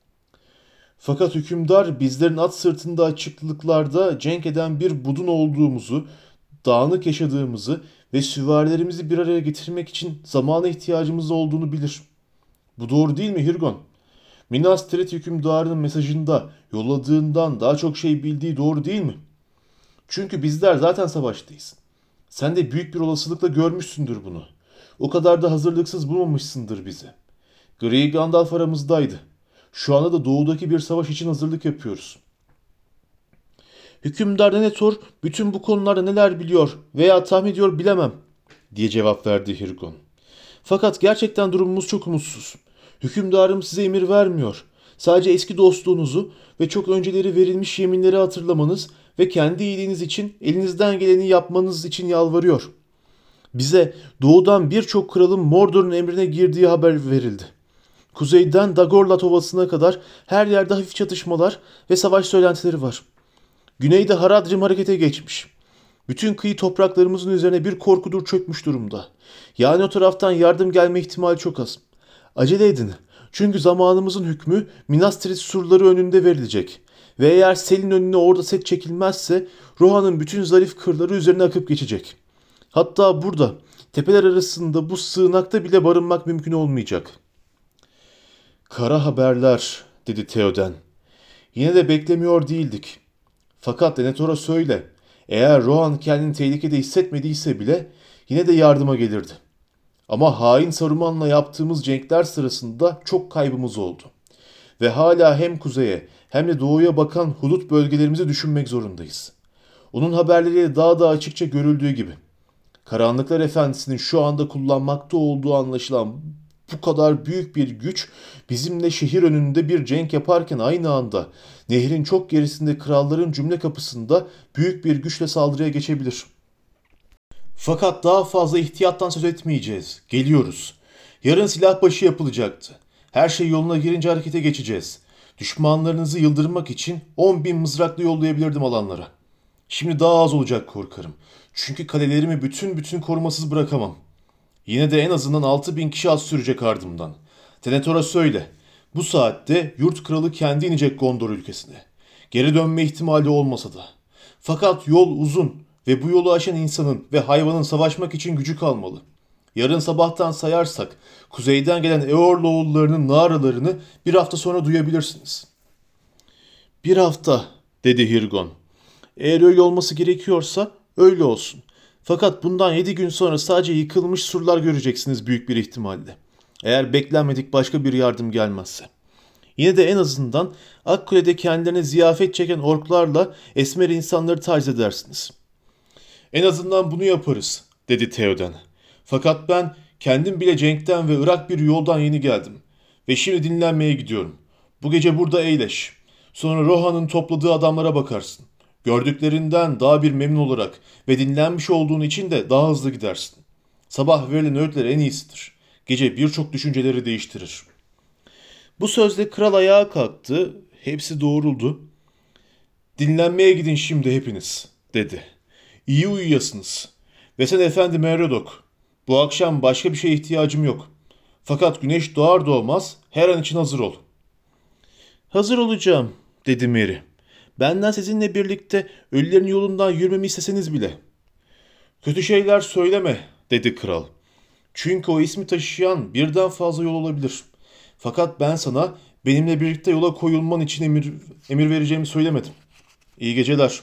"Fakat hükümdar bizlerin at sırtında açıklıklarda cenk eden bir budun olduğumuzu, dağınık yaşadığımızı ve süvarilerimizi bir araya getirmek için zamana ihtiyacımız olduğunu bilir. Bu doğru değil mi Hirgon? Minas Tirith hükümdarının mesajında yolladığından daha çok şey bildiği doğru değil mi? Çünkü bizler zaten savaştayız. Sen de büyük bir olasılıkla görmüşsündür bunu. O kadar da hazırlıksız bulmamışsındır bizi. Gri Gandalf aramızdaydı. Şu anda da doğudaki bir savaş için hazırlık yapıyoruz." "Hükümdar Denethor bütün bu konularda neler biliyor veya tahmin ediyor bilemem," diye cevap verdi Hirgon. "Fakat gerçekten durumumuz çok umutsuz. Hükümdarım size emir vermiyor. Sadece eski dostluğunuzu ve çok önceleri verilmiş yeminleri hatırlamanız ve kendi iyiliğiniz için elinizden geleni yapmanız için yalvarıyor. Bize doğudan birçok kralın Mordor'un emrine girdiği haber verildi. Kuzeyden Dagorlat Ovası'na kadar her yerde hafif çatışmalar ve savaş söylentileri var. Güneyde Haradrim harekete geçmiş. Bütün kıyı topraklarımızın üzerine bir korkudur çökmüş durumda. Yani o taraftan yardım gelme ihtimali çok az. Acele edin. Çünkü zamanımızın hükmü Minas Tirith surları önünde verilecek. Ve eğer selin önüne orada set çekilmezse Rohan'ın bütün zarif kırları üzerine akıp geçecek. Hatta burada tepeler arasında bu sığınakta bile barınmak mümkün olmayacak." "Kara haberler," dedi Theoden. "Yine de beklemiyor değildik. Fakat Denethor'a söyle, eğer Rohan kendini tehlikede hissetmediyse bile yine de yardıma gelirdi. Ama hain Saruman'la yaptığımız cenkler sırasında çok kaybımız oldu. Ve hala hem kuzeye hem de doğuya bakan hudut bölgelerimizi düşünmek zorundayız. Onun haberleri daha da açıkça görüldüğü gibi. Karanlıklar Efendisi'nin şu anda kullanmakta olduğu anlaşılan Bu kadar büyük bir güç bizimle şehir önünde bir cenk yaparken aynı anda nehrin çok gerisinde kralların cümle kapısında büyük bir güçle saldırıya geçebilir. Fakat daha fazla ihtiyattan söz etmeyeceğiz. Geliyoruz. Yarın silah başı yapılacaktı. Her şey yoluna girince harekete geçeceğiz. Düşmanlarınızı yıldırmak için 10.000 mızraklı yollayabilirdim alanlara. Şimdi daha az olacak korkarım. Çünkü kalelerimi bütün korumasız bırakamam. Yine de en azından 6.000 kişi az sürecek ardımdan. Tenetor'a söyle. Bu saatte yurt kralı kendi inecek Gondor ülkesine. Geri dönme ihtimali olmasa da. Fakat yol uzun ve bu yolu aşan insanın ve hayvanın savaşmak için gücü kalmalı. Yarın sabahtan sayarsak kuzeyden gelen Eorloğullarının naralarını bir hafta sonra duyabilirsiniz. Bir hafta, dedi Hirgon. Eğer öyle olması gerekiyorsa öyle olsun. Fakat bundan 7 gün sonra sadece yıkılmış surlar göreceksiniz büyük bir ihtimalle. Eğer beklenmedik başka bir yardım gelmezse. Yine de en azından Akkule'de kendilerine ziyafet çeken orklarla esmer insanları taciz edersiniz. En azından bunu yaparız, dedi Theoden. Fakat ben kendim bile cenkten ve ırak bir yoldan yeni geldim. Ve şimdi dinlenmeye gidiyorum. Bu gece burada eğleş. Sonra Rohan'ın topladığı adamlara bakarsın. Gördüklerinden daha bir memnun olarak ve dinlenmiş olduğun için de daha hızlı gidersin. Sabah verilen öğütler en iyisidir. Gece birçok düşünceleri değiştirir. Bu sözle kral ayağa kalktı. Hepsi doğruldu. Dinlenmeye gidin şimdi hepiniz, dedi. İyi uyuyasınız. Ve sen efendi Merodok, bu akşam başka bir şeye ihtiyacım yok. Fakat güneş doğar doğmaz her an için hazır ol. Hazır olacağım, dedi Merry. Benden sizinle birlikte ölülerin yolundan yürümemi isteseniz bile. Kötü şeyler söyleme, dedi kral. Çünkü o ismi taşıyan birden fazla yol olabilir. Fakat ben sana benimle birlikte yola koyulman için emir vereceğimi söylemedim. İyi geceler.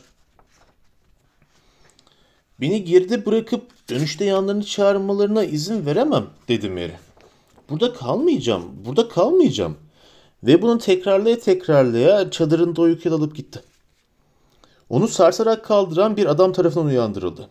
Beni geride bırakıp dönüşte yanlarını çağırmalarına izin veremem, dedi Merry. Burada kalmayacağım. Ve bunu tekrarlaya çadırında uykuya dalıp gitti. Onu sarsarak kaldıran bir adam tarafından uyandırıldı.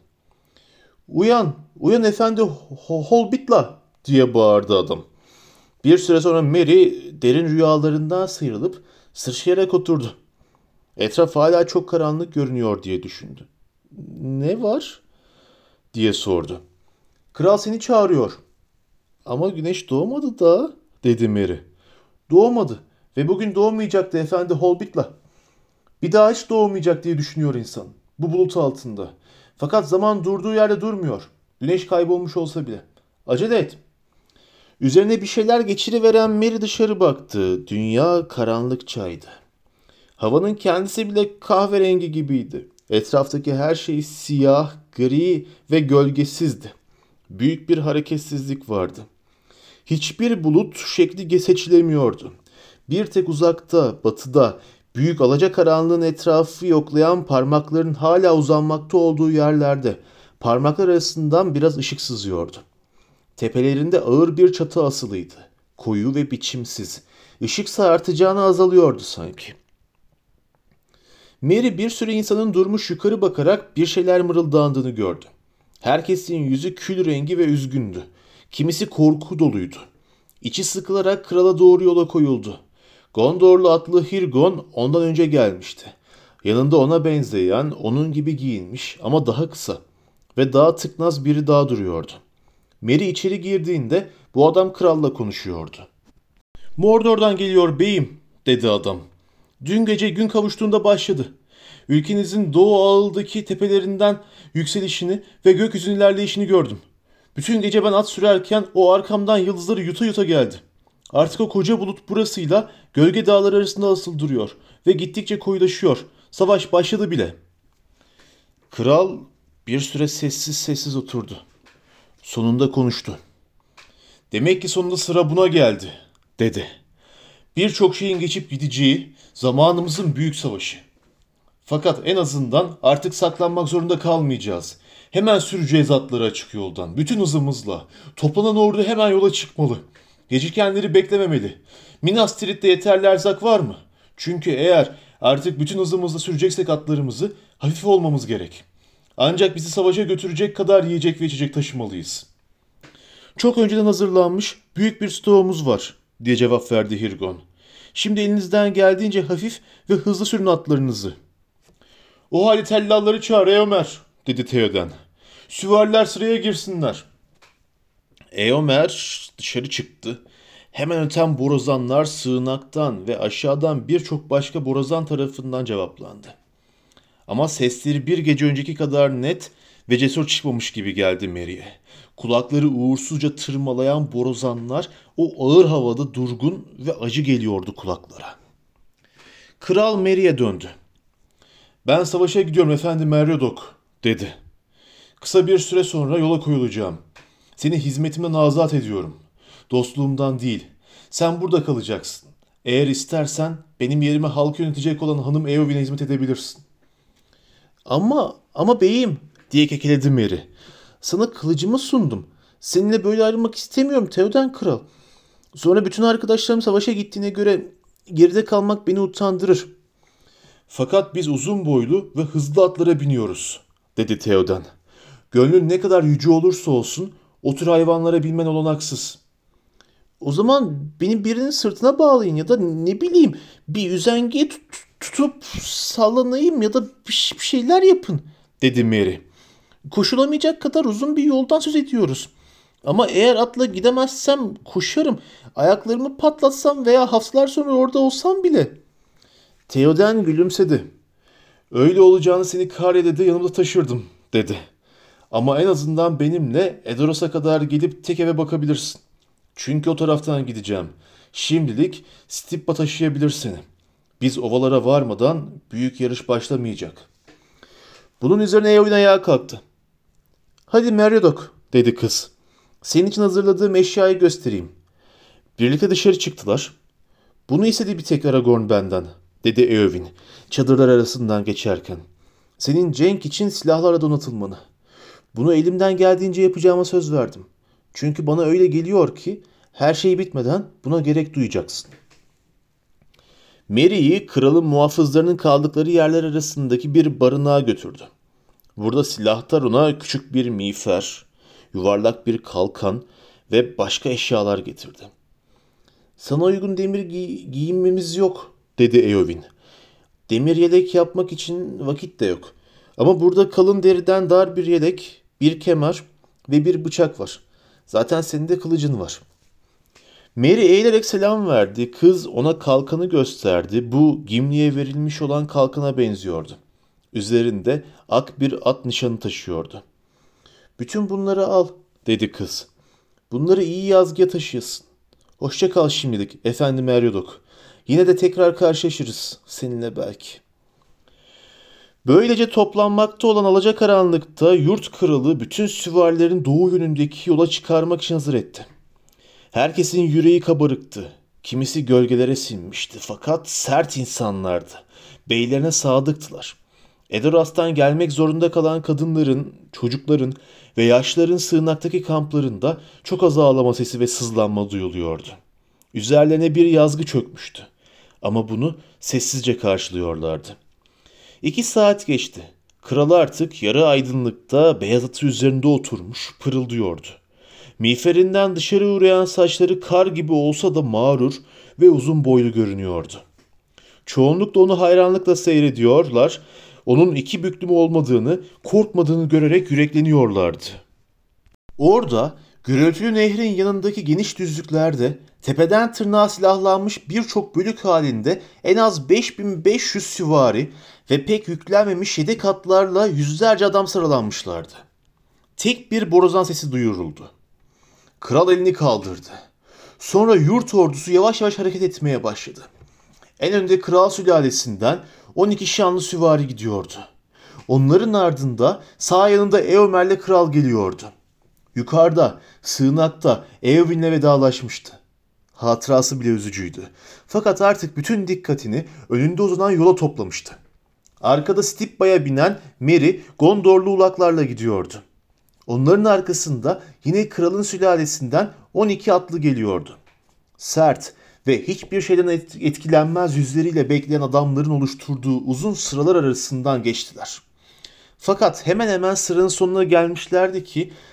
Uyan efendi Holbitla, diye bağırdı adam. Bir süre sonra Merry derin rüyalarından sıyrılıp sıçrayarak oturdu. Etraf hala çok karanlık görünüyor diye düşündü. Ne var? Diye sordu. Kral seni çağırıyor. Ama güneş doğmadı da, dedi Merry. Doğmadı ve bugün doğmayacaktı efendi Holbitla. Bir daha hiç doğmayacak diye düşünüyor insan. Bu bulut altında. Fakat zaman durduğu yerde durmuyor. Güneş kaybolmuş olsa bile. Acele et. Üzerine bir şeyler geçiriveren Merry dışarı baktı. Dünya karanlıkçaydı. Havanın kendisi bile kahverengi gibiydi. Etraftaki her şey siyah, gri ve gölgesizdi. Büyük bir hareketsizlik vardı. Hiçbir bulut şekli seçilemiyordu. Bir tek uzakta, batıda, büyük alacakaranlığın etrafı yoklayan parmakların hala uzanmakta olduğu yerlerde parmaklar arasından biraz ışık sızıyordu. Tepelerinde ağır bir çatı asılıydı. Koyu ve biçimsiz. Işıksa artacağına azalıyordu sanki. Merry bir sürü insanın durmuş yukarı bakarak bir şeyler mırıldandığını gördü. Herkesin yüzü kül rengi ve üzgündü. Kimisi korku doluydu. İçi sıkılarak krala doğru yola koyuldu. Gondorlu atlı Hirgon ondan önce gelmişti. Yanında ona benzeyen, onun gibi giyinmiş ama daha kısa ve daha tıknaz biri daha duruyordu. Merry içeri girdiğinde bu adam kralla konuşuyordu. Mordor'dan geliyor beyim, dedi adam. Dün gece gün kavuştuğunda başladı. Ülkenizin doğu ağıldaki tepelerinden yükselişini ve gökyüzünün ilerleyişini gördüm. Bütün gece ben at sürerken o arkamdan yıldızları yuta yuta geldi. Artık o koca bulut burasıyla gölge dağları arasında asıl duruyor ve gittikçe koyulaşıyor. Savaş başladı bile. Kral bir süre sessiz oturdu. Sonunda konuştu. Demek ki sonunda sıra buna geldi, dedi. Birçok şeyin geçip gideceği zamanımızın büyük savaşı. Fakat en azından artık saklanmak zorunda kalmayacağız. Hemen süreceğiz atları açık yoldan. Bütün hızımızla. Toplanan ordu hemen yola çıkmalı. Gecikenleri beklememeli. Minas Tirith'te yeterli erzak var mı? Çünkü eğer artık bütün hızımızla süreceksek atlarımızı hafif olmamız gerek. Ancak bizi savaşa götürecek kadar yiyecek ve içecek taşımalıyız. Çok önceden hazırlanmış büyük bir stoğumuz var diye cevap verdi Hirgon. Şimdi elinizden geldiğince hafif ve hızlı sürün atlarınızı. O halde tellalları çağır Eomer dedi Theoden. Süvariler sıraya girsinler. Eomer dışarı çıktı. Hemen öten borazanlar sığınaktan ve aşağıdan birçok başka borazan tarafından cevaplandı. Ama sesleri bir gece önceki kadar net ve cesur çıkmamış gibi geldi Merry'e. Kulakları uğursuzca tırmalayan borazanlar o ağır havada durgun ve acı geliyordu kulaklara. Kral Merry'e döndü. Ben savaşa gidiyorum efendi Meriadoc dedi. Kısa bir süre sonra yola koyulacağım. Seni hizmetimden azat ediyorum. Dostluğumdan değil. Sen burada kalacaksın. Eğer istersen benim yerime halkı yönetecek olan hanım Eowyn'e hizmet edebilirsin. Ama beyim diye kekeledi Merry. Sana kılıcımı sundum. Seninle böyle ayrılmak istemiyorum Theoden kral. Sonra bütün arkadaşlarım savaşa gittiğine göre geride kalmak beni utandırır. Fakat biz uzun boylu ve hızlı atlara biniyoruz dedi Theoden. Gönlün ne kadar yüce olursa olsun o tür hayvanlara binmen olanaksız. O zaman beni birinin sırtına bağlayın ya da ne bileyim bir üzengiye tutup sallanayım ya da bir şeyler yapın dedi Merry. Koşulamayacak kadar uzun bir yoldan söz ediyoruz. Ama eğer atla gidemezsem koşarım. Ayaklarımı patlatsam veya haftalar sonra orada olsam bile. Theoden gülümsedi. Öyle olacağını seni Karya'da da yanımda taşırdım dedi. Ama en azından benimle Edoros'a kadar gelip tek eve bakabilirsin. Çünkü o taraftan gideceğim. Şimdilik Stippa taşıyabilir seni. Biz ovalara varmadan büyük yarış başlamayacak. Bunun üzerine Eowyn ayağa kalktı. Hadi Meriadoc dedi kız. Senin için hazırladığım eşyayı göstereyim. Birlikte dışarı çıktılar. Bunu istedi bir tek Aragorn benden dedi Eowyn çadırlar arasından geçerken. Senin cenk için silahlarla donatılmanı. Bunu elimden geldiğince yapacağıma söz verdim. Çünkü bana öyle geliyor ki her şey bitmeden buna gerek duyacaksın. Merry'i kralın muhafızlarının kaldıkları yerler arasındaki bir barınağa götürdü. Burada silahtar ona küçük bir miğfer, yuvarlak bir kalkan ve başka eşyalar getirdi. Sana uygun demir giyinmemiz yok dedi Eowyn. Demir yelek yapmak için vakit de yok. Ama burada kalın deriden dar bir yelek, bir kemer ve bir bıçak var. Zaten senin de kılıcın var. Merry eğilerek selam verdi. Kız ona kalkanı gösterdi. Bu Gimli'ye verilmiş olan kalkana benziyordu. Üzerinde ak bir at nişanı taşıyordu. Bütün bunları al dedi kız. Bunları iyi yazgıya taşıyasın. Hoşça kal şimdilik efendi Meriadoc. Yine de tekrar karşılaşırız seninle belki. Böylece toplanmakta olan alacakaranlıkta yurt kralı bütün süvarilerin doğu yönündeki yola çıkarmak için hazır etti. Herkesin yüreği kabarıktı. Kimisi gölgelere sinmişti fakat sert insanlardı. Beylerine sadıktılar. Edoras'tan gelmek zorunda kalan kadınların, çocukların ve yaşlıların sığınaktaki kamplarında çok az ağlama sesi ve sızlanma duyuluyordu. Üzerlerine bir yazgı çökmüştü. Ama bunu sessizce karşılıyorlardı. 2 saat geçti. Kral artık yarı aydınlıkta beyaz atı üzerinde oturmuş pırıldıyordu. Miğferinden dışarı uğrayan saçları kar gibi olsa da mağrur ve uzun boylu görünüyordu. Çoğunlukla onu hayranlıkla seyrediyorlar, onun iki büklüm olmadığını, korkmadığını görerek yürekleniyorlardı. Orada gürültülü nehrin yanındaki geniş düzlüklerde tepeden tırnağa silahlanmış birçok bölük halinde en az 5500 süvari ve pek yüklenmemiş yedek atlarla yüzlerce adam sıralanmışlardı. Tek bir borazan sesi duyuruldu. Kral elini kaldırdı. Sonra yurt ordusu yavaş yavaş hareket etmeye başladı. En önde kral sülalesinden 12 şanlı süvari gidiyordu. Onların ardında sağ yanında Eomer'le kral geliyordu. Yukarıda, sığınakta Eowyn'le vedalaşmıştı. Hatırası bile üzücüydü. Fakat artık bütün dikkatini önünde uzanan yola toplamıştı. Arkada Stippa'ya binen Merry Gondorlu ulaklarla gidiyordu. Onların arkasında yine kralın sülalesinden 12 atlı geliyordu. Sert ve hiçbir şeyden etkilenmez yüzleriyle bekleyen adamların oluşturduğu uzun sıralar arasından geçtiler. Fakat hemen hemen sıranın sonuna gelmişlerdi ki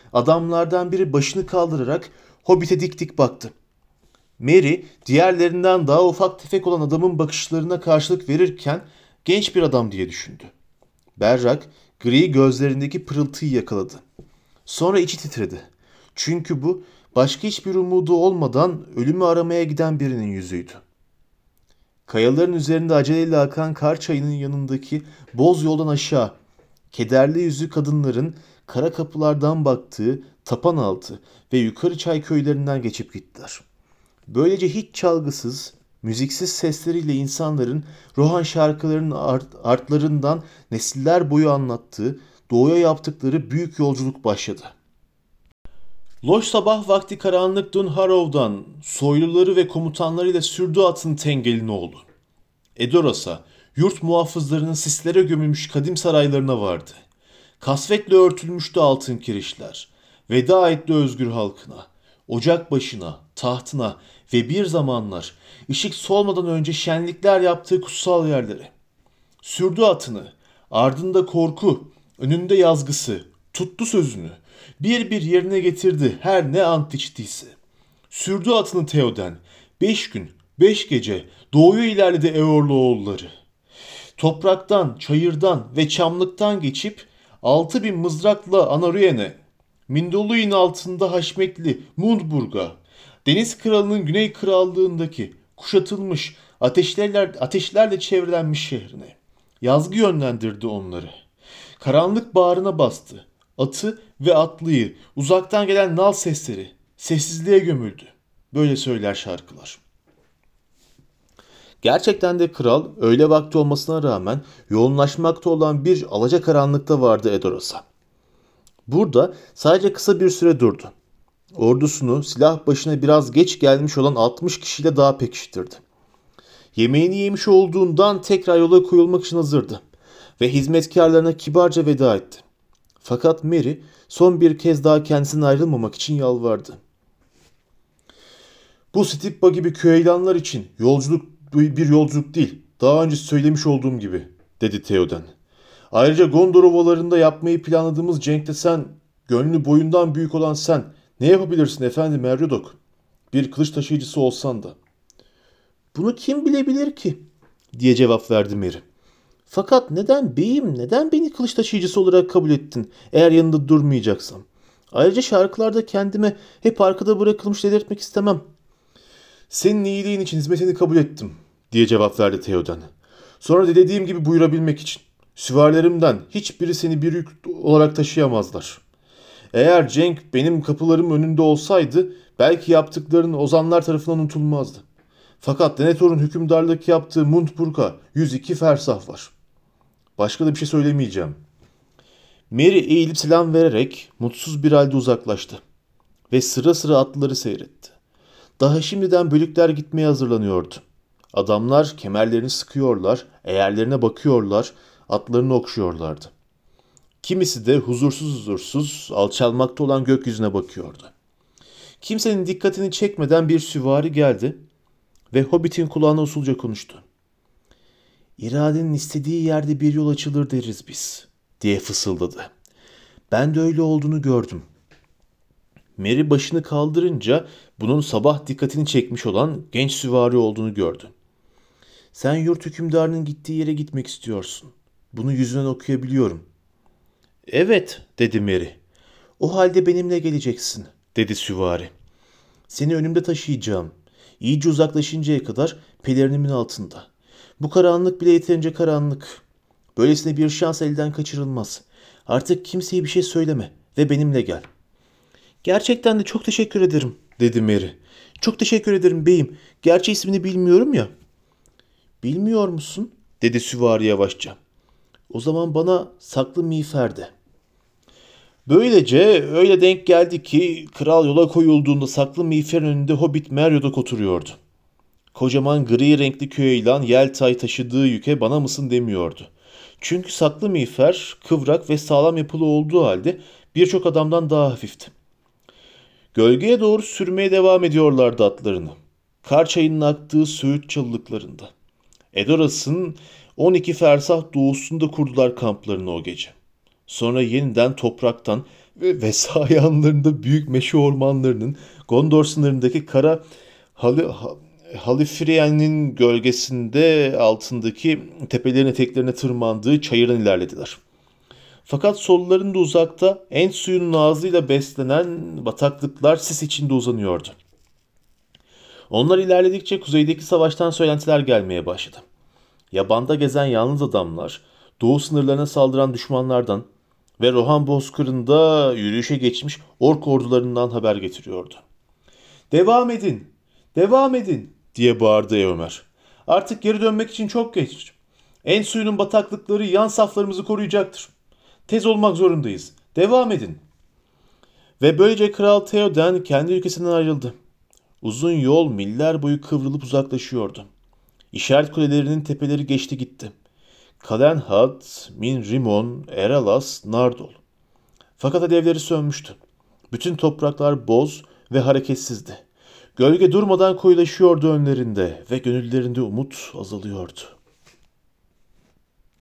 Adamlardan biri başını kaldırarak Hobbit'e dik dik baktı. Merry diğerlerinden daha ufak tefek olan adamın bakışlarına karşılık verirken genç bir adam diye düşündü. Berrak gri gözlerindeki pırıltıyı yakaladı. Sonra içi titredi. Çünkü bu başka hiçbir umudu olmadan ölümü aramaya giden birinin yüzüydü. Kayaların üzerinde aceleyle akan kar çayının yanındaki boz yoldan aşağı, kederli yüzlü kadınların kara kapılardan baktığı tapan altı ve yukarı çay köylerinden geçip gittiler. Böylece hiç çalgısız, müziksiz sesleriyle insanların Rohan şarkılarının artlarından nesiller boyu anlattığı, doğuya yaptıkları büyük yolculuk başladı. Loş sabah vakti karanlık Dunharrow'dan soyluları ve komutanlarıyla sürdü atın Tengel'in oğlu. Edoras'a, yurt muhafızlarının sislere gömülmüş kadim saraylarına vardı. Kasvetle örtülmüştü altın kirişler. Veda etti özgür halkına, ocak başına, tahtına ve bir zamanlar ışık solmadan önce şenlikler yaptığı kutsal yerlere. Sürdü atını, ardında korku, önünde yazgısı, tuttu sözünü, bir bir yerine getirdi her ne ant içtiyse. Sürdü atını Theoden, 5 gün, 5 gece doğuya ilerledi Eorlu oğulları. Topraktan, çayırdan ve çamlıktan geçip 6.000 mızrakla Anarien'e, Mindolu'nun altında haşmetli Mundburg'a, Deniz Kralı'nın Güney Krallığındaki kuşatılmış ateşlerle çevrelenmiş şehrine. Yazgı yönlendirdi onları. Karanlık bağrına bastı. Atı ve atlıyı, uzaktan gelen nal sesleri sessizliğe gömüldü. Böyle söyler şarkılar. Gerçekten de kral öğle vakti olmasına rağmen yoğunlaşmakta olan bir alacakaranlıkta vardı Edoras'a. Burada sadece kısa bir süre durdu. Ordusunu silah başına biraz geç gelmiş olan 60 kişiyle daha pekiştirdi. Yemeğini yemiş olduğundan tekrar yola koyulmak için hazırdı ve hizmetkarlarına kibarca veda etti. Fakat Merry son bir kez daha kendisinden ayrılmamak için yalvardı. Bu Stippa gibi köylanlar için bir yolculuk değil, daha önce söylemiş olduğum gibi, dedi Theoden. Ayrıca Gondor ovalarında yapmayı planladığımız cenkte sen, gönlü boyundan büyük olan sen, ne yapabilirsin efendim Meriadoc? Bir kılıç taşıyıcısı olsan da. Bunu kim bilebilir ki? Diye cevap verdi Merry. Fakat neden beyim, neden beni kılıç taşıyıcısı olarak kabul ettin eğer yanında durmayacaksam? Ayrıca şarkılarda kendime hep arkada bırakılmış delirtmek istemem. Senin iyiliğin için hizmetini kabul ettim, diye cevap verdi Theoden. Sonra dilediğim gibi buyurabilmek için. Süvarilerimden hiçbiri seni bir yük olarak taşıyamazlar. Eğer Cenk benim kapılarım önünde olsaydı belki yaptıkların ozanlar tarafından unutulmazdı. Fakat Denethor'un hükümdarlık yaptığı Mundburg'a 102 fersah var. Başka da bir şey söylemeyeceğim. Merry eğilip selam vererek mutsuz bir halde uzaklaştı ve sıra sıra atlıları seyretti. Daha şimdiden bölükler gitmeye hazırlanıyordu. Adamlar kemerlerini sıkıyorlar, eğerlerine bakıyorlar, atlarını okşuyorlardı. Kimisi de huzursuz alçalmakta olan gökyüzüne bakıyordu. Kimsenin dikkatini çekmeden bir süvari geldi ve Hobbit'in kulağına usulca konuştu. İradenin istediği yerde bir yol açılır deriz biz, diye fısıldadı. Ben de öyle olduğunu gördüm. Merry başını kaldırınca bunun sabah dikkatini çekmiş olan genç süvari olduğunu gördü. Sen yurt hükümdarının gittiği yere gitmek istiyorsun. Bunu yüzünden okuyabiliyorum. Evet, dedi Merry. O halde benimle geleceksin, dedi süvari. Seni önümde taşıyacağım. İyice uzaklaşıncaya kadar pelerinimin altında. Bu karanlık bile yeterince karanlık. Böylesine bir şans elden kaçırılmaz. Artık kimseye bir şey söyleme ve benimle gel. Gerçekten de çok teşekkür ederim, dedi Merry. Çok teşekkür ederim beyim. Gerçi ismini bilmiyorum ya. Bilmiyor musun? Dedi süvari yavaşça. O zaman bana saklı miğfer de. Böylece öyle denk geldi ki kral yola koyulduğunda saklı miğferin önünde Hobbit Meriadoc oturuyordu. Kocaman gri renkli köylan yeltay taşıdığı yüke bana mısın demiyordu. Çünkü saklı miğfer kıvrak ve sağlam yapılı olduğu halde birçok adamdan daha hafifti. Gölgeye doğru sürmeye devam ediyorlardı atlarını. Kar çayının aktığı Söğüt çalılıklarında. Edoras'ın 12 fersah doğusunda kurdular kamplarını o gece. Sonra yeniden topraktan, ve sağ yanlarında büyük meşe ormanlarının Gondor sınırındaki kara Halifrien'in gölgesinde altındaki tepelerin eteklerine tırmandığı çayırdan ilerlediler. Fakat sollarında uzakta en suyun ağzıyla beslenen bataklıklar sis içinde uzanıyordu. Onlar ilerledikçe kuzeydeki savaştan söylentiler gelmeye başladı. Yabanda gezen yalnız adamlar, doğu sınırlarına saldıran düşmanlardan ve Rohan bozkırında yürüyüşe geçmiş ork ordularından haber getiriyordu. "Devam edin, devam edin!" diye bağırdı Eomer. "Artık geri dönmek için çok geç. En suyunun bataklıkları yan saflarımızı koruyacaktır. Tez olmak zorundayız. Devam edin." Ve böylece Kral Theoden kendi ülkesinden ayrıldı. Uzun yol miller boyu kıvrılıp uzaklaşıyordu. İşaret kulelerinin tepeleri geçti gitti. Kalenhad, Min Rimon, Eralas, Nardol. Fakat alevleri sönmüştü. Bütün topraklar boz ve hareketsizdi. Gölge durmadan koyulaşıyordu önlerinde ve gönüllerinde umut azalıyordu.